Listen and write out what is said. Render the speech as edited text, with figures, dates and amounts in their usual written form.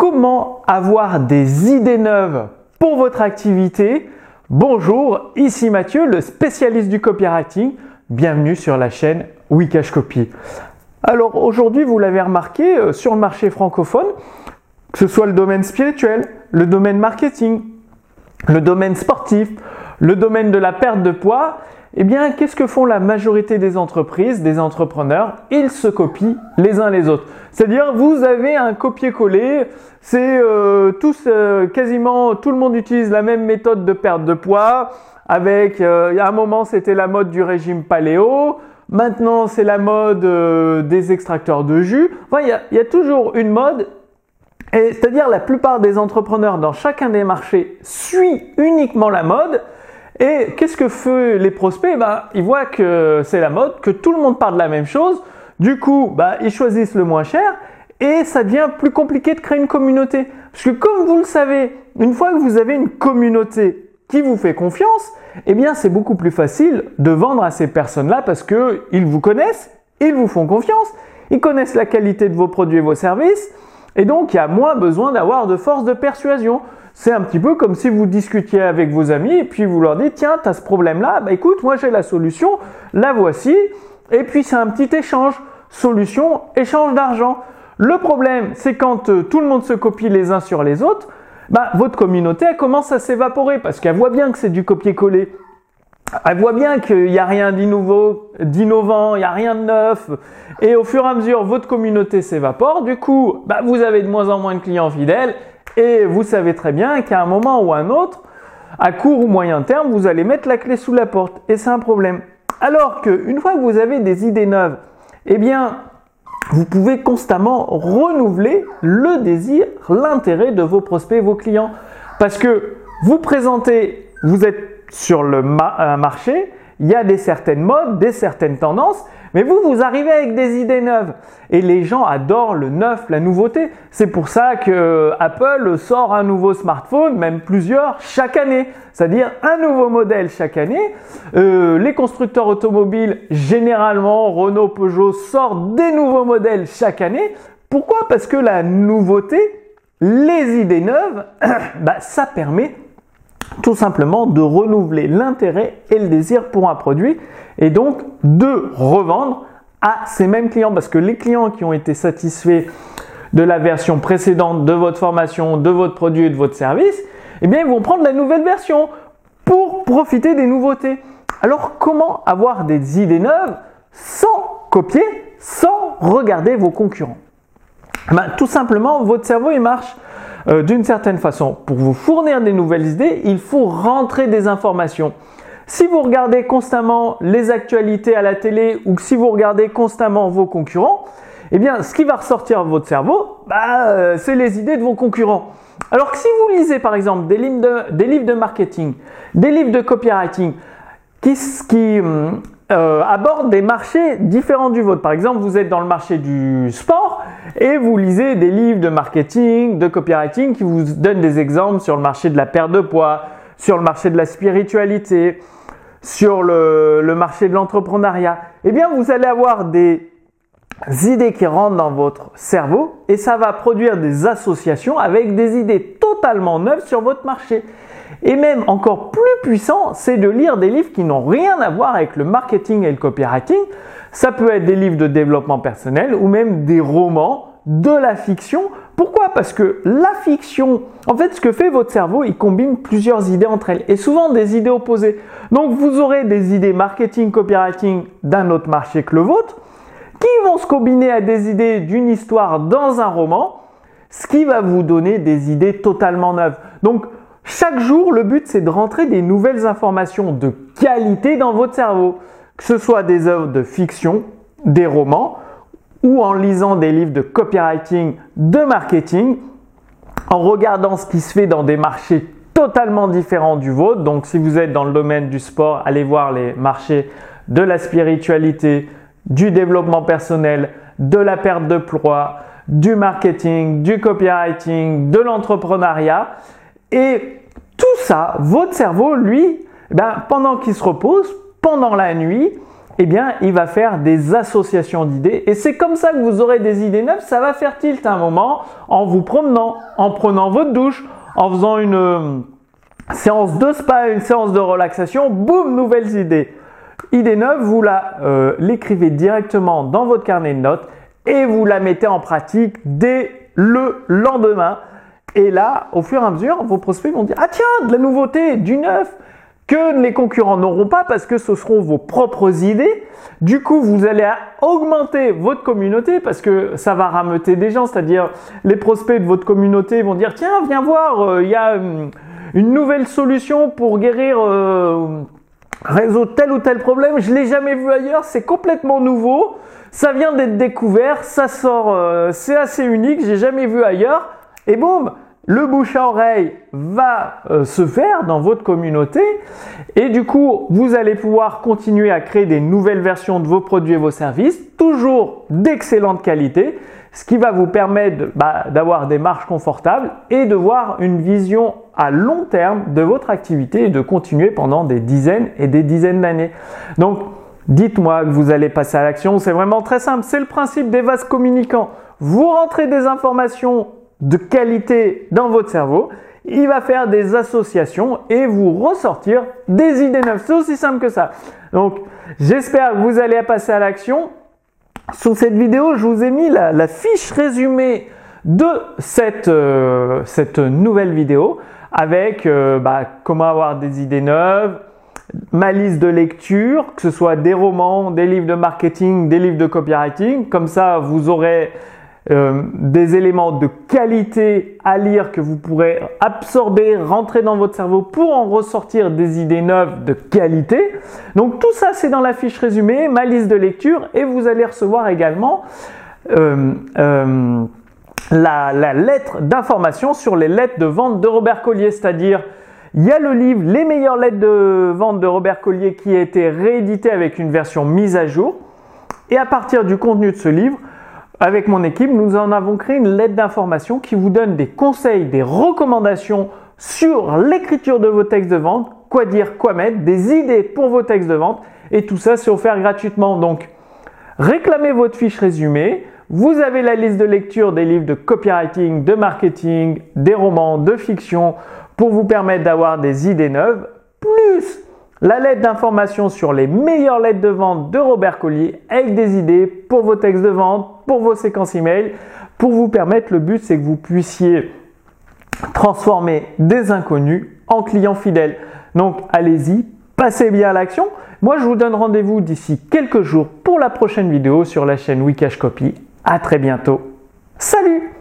Comment avoir des idées neuves pour votre activité? Bonjour, ici Mathieu, le spécialiste du copywriting. Bienvenue sur la chaîne Wikash Copy. Alors aujourd'hui, vous l'avez remarqué, sur le marché francophone, que ce soit le domaine spirituel, le domaine marketing, le domaine sportif, le domaine de la perte de poids, eh bien, qu'est-ce que font la majorité des entreprises, des entrepreneurs? Ils se copient les uns les autres. C'est-à-dire, vous avez un copier-coller, c'est quasiment tout le monde utilise la même méthode de perte de poids. Avec, il y a un moment, c'était la mode du régime paléo. Maintenant, c'est la mode des extracteurs de jus. Enfin, il y a toujours une mode. Et c'est-à-dire, la plupart des entrepreneurs dans chacun des marchés suivent uniquement la mode. Et qu'est-ce que font les prospects? Ils voient que c'est la mode, que tout le monde parle de la même chose. Du coup, ils choisissent le moins cher et ça devient plus compliqué de créer une communauté. Parce que comme vous le savez, une fois que vous avez une communauté qui vous fait confiance, eh bien, c'est beaucoup plus facile de vendre à ces personnes-là parce qu'ils vous connaissent, ils vous font confiance, ils connaissent la qualité de vos produits et vos services et donc il y a moins besoin d'avoir de force de persuasion. C'est un petit peu comme si vous discutiez avec vos amis et puis vous leur dites « Tiens, tu as ce problème-là, écoute, moi j'ai la solution, la voici. » Et puis c'est un petit échange, solution, échange d'argent. Le problème, c'est quand tout le monde se copie les uns sur les autres, votre communauté elle commence à s'évaporer parce qu'elle voit bien que c'est du copier-coller. Elle voit bien qu'il n'y a rien d'innovant, il n'y a rien de neuf. Et au fur et à mesure, votre communauté s'évapore. Du coup, vous avez de moins en moins de clients fidèles. Et vous savez très bien qu'à un moment ou à un autre, à court ou moyen terme, vous allez mettre la clé sous la porte. Et c'est un problème. Alors qu'une fois que vous avez des idées neuves, eh bien, vous pouvez constamment renouveler le désir, l'intérêt de vos prospects, vos clients. Parce que vous présentez, vous êtes sur le marché, il y a certaines modes, certaines tendances, mais vous arrivez avec des idées neuves. Et les gens adorent le neuf, la nouveauté. C'est pour ça que Apple sort un nouveau smartphone, même plusieurs, chaque année. C'est-à-dire un nouveau modèle chaque année. Les constructeurs automobiles, généralement, Renault, Peugeot, sortent des nouveaux modèles chaque année. Pourquoi? Parce que la nouveauté, les idées neuves, ça permet tout simplement de renouveler l'intérêt et le désir pour un produit et donc de revendre à ces mêmes clients parce que les clients qui ont été satisfaits de la version précédente de votre formation, de votre produit et de votre service, eh bien ils vont prendre la nouvelle version pour profiter des nouveautés. Alors comment avoir des idées neuves sans copier, sans regarder vos concurrents? Tout simplement, votre cerveau il marche d'une certaine façon. Pour vous fournir des nouvelles idées, il faut rentrer des informations. Si vous regardez constamment les actualités à la télé ou si vous regardez constamment vos concurrents, eh bien, ce qui va ressortir de votre cerveau, c'est les idées de vos concurrents. Alors que si vous lisez par exemple des livres de marketing, des livres de copywriting qui abordent des marchés différents du vôtre. Par exemple, vous êtes dans le marché du sport et vous lisez des livres de marketing, de copywriting qui vous donnent des exemples sur le marché de la perte de poids, sur le marché de la spiritualité, sur le marché de l'entrepreneuriat. Eh bien, vous allez avoir des idées qui rentrent dans votre cerveau et ça va produire des associations avec des idées totalement neuves sur votre marché. Et même encore plus puissant, c'est de lire des livres qui n'ont rien à voir avec le marketing et le copywriting. Ça peut être des livres de développement personnel ou même des romans, de la fiction. Pourquoi? Parce que la fiction, en fait, ce que fait votre cerveau, il combine plusieurs idées entre elles et souvent des idées opposées. Donc, vous aurez des idées marketing, copywriting d'un autre marché que le vôtre qui vont se combiner à des idées d'une histoire dans un roman, ce qui va vous donner des idées totalement neuves. Donc, chaque jour, le but, c'est de rentrer des nouvelles informations de qualité dans votre cerveau, que ce soit des œuvres de fiction, des romans, ou en lisant des livres de copywriting, de marketing, en regardant ce qui se fait dans des marchés totalement différents du vôtre. Donc, si vous êtes dans le domaine du sport, allez voir les marchés de la spiritualité, du développement personnel, de la perte de poids, du marketing, du copywriting, de l'entrepreneuriat. Et tout ça, votre cerveau, lui, pendant qu'il se repose, pendant la nuit, eh bien, il va faire des associations d'idées. Et c'est comme ça que vous aurez des idées neuves. Ça va faire tilt à un moment en vous promenant, en prenant votre douche, en faisant une séance de spa, une séance de relaxation. Boum, nouvelles idées. Idée neuve, vous l'écrivez directement dans votre carnet de notes et vous la mettez en pratique dès le lendemain. Et là, au fur et à mesure, vos prospects vont dire « Ah tiens, de la nouveauté, du neuf !» que les concurrents n'auront pas parce que ce seront vos propres idées. Du coup, vous allez augmenter votre communauté parce que ça va rameuter des gens, c'est-à-dire les prospects de votre communauté vont dire « Tiens, viens voir, il y a une nouvelle solution pour guérir résoudre tel ou tel problème, je ne l'ai jamais vu ailleurs, c'est complètement nouveau, ça vient d'être découvert, ça sort, c'est assez unique, j'ai jamais vu ailleurs. » Et boum, le bouche à oreille va se faire dans votre communauté et du coup, vous allez pouvoir continuer à créer des nouvelles versions de vos produits et vos services, toujours d'excellente qualité, ce qui va vous permettre d'avoir des marges confortables et de voir une vision à long terme de votre activité et de continuer pendant des dizaines et des dizaines d'années. Donc, dites-moi que vous allez passer à l'action, c'est vraiment très simple, c'est le principe des vases communicants. Vous rentrez des informations de qualité dans votre cerveau, il va faire des associations et vous ressortir des idées neuves. C'est aussi simple que ça. Donc, j'espère que vous allez passer à l'action. Sous cette vidéo, je vous ai mis la fiche résumée de cette nouvelle vidéo avec comment avoir des idées neuves, ma liste de lecture, que ce soit des romans, des livres de marketing, des livres de copywriting. Comme ça, vous aurez des éléments de qualité à lire que vous pourrez absorber, rentrer dans votre cerveau pour en ressortir des idées neuves de qualité. Donc tout ça c'est dans la fiche résumée, ma liste de lecture et vous allez recevoir également la lettre d'information sur les lettres de vente de Robert Collier, c'est-à-dire il y a le livre Les meilleures lettres de vente de Robert Collier qui a été réédité avec une version mise à jour et à partir du contenu de ce livre, avec mon équipe, nous en avons créé une lettre d'information qui vous donne des conseils, des recommandations sur l'écriture de vos textes de vente, quoi dire, quoi mettre, des idées pour vos textes de vente et tout ça c'est offert gratuitement. Donc, réclamez votre fiche résumée, vous avez la liste de lecture des livres de copywriting, de marketing, des romans, de fiction pour vous permettre d'avoir des idées neuves, plus la lettre d'information sur les meilleures lettres de vente de Robert Collier avec des idées pour vos textes de vente, pour vos séquences email, pour vous permettre, le but c'est que vous puissiez transformer des inconnus en clients fidèles. Donc allez-y, passez bien à l'action. Moi je vous donne rendez-vous d'ici quelques jours pour la prochaine vidéo sur la chaîne Wikash Copy. À très bientôt. Salut!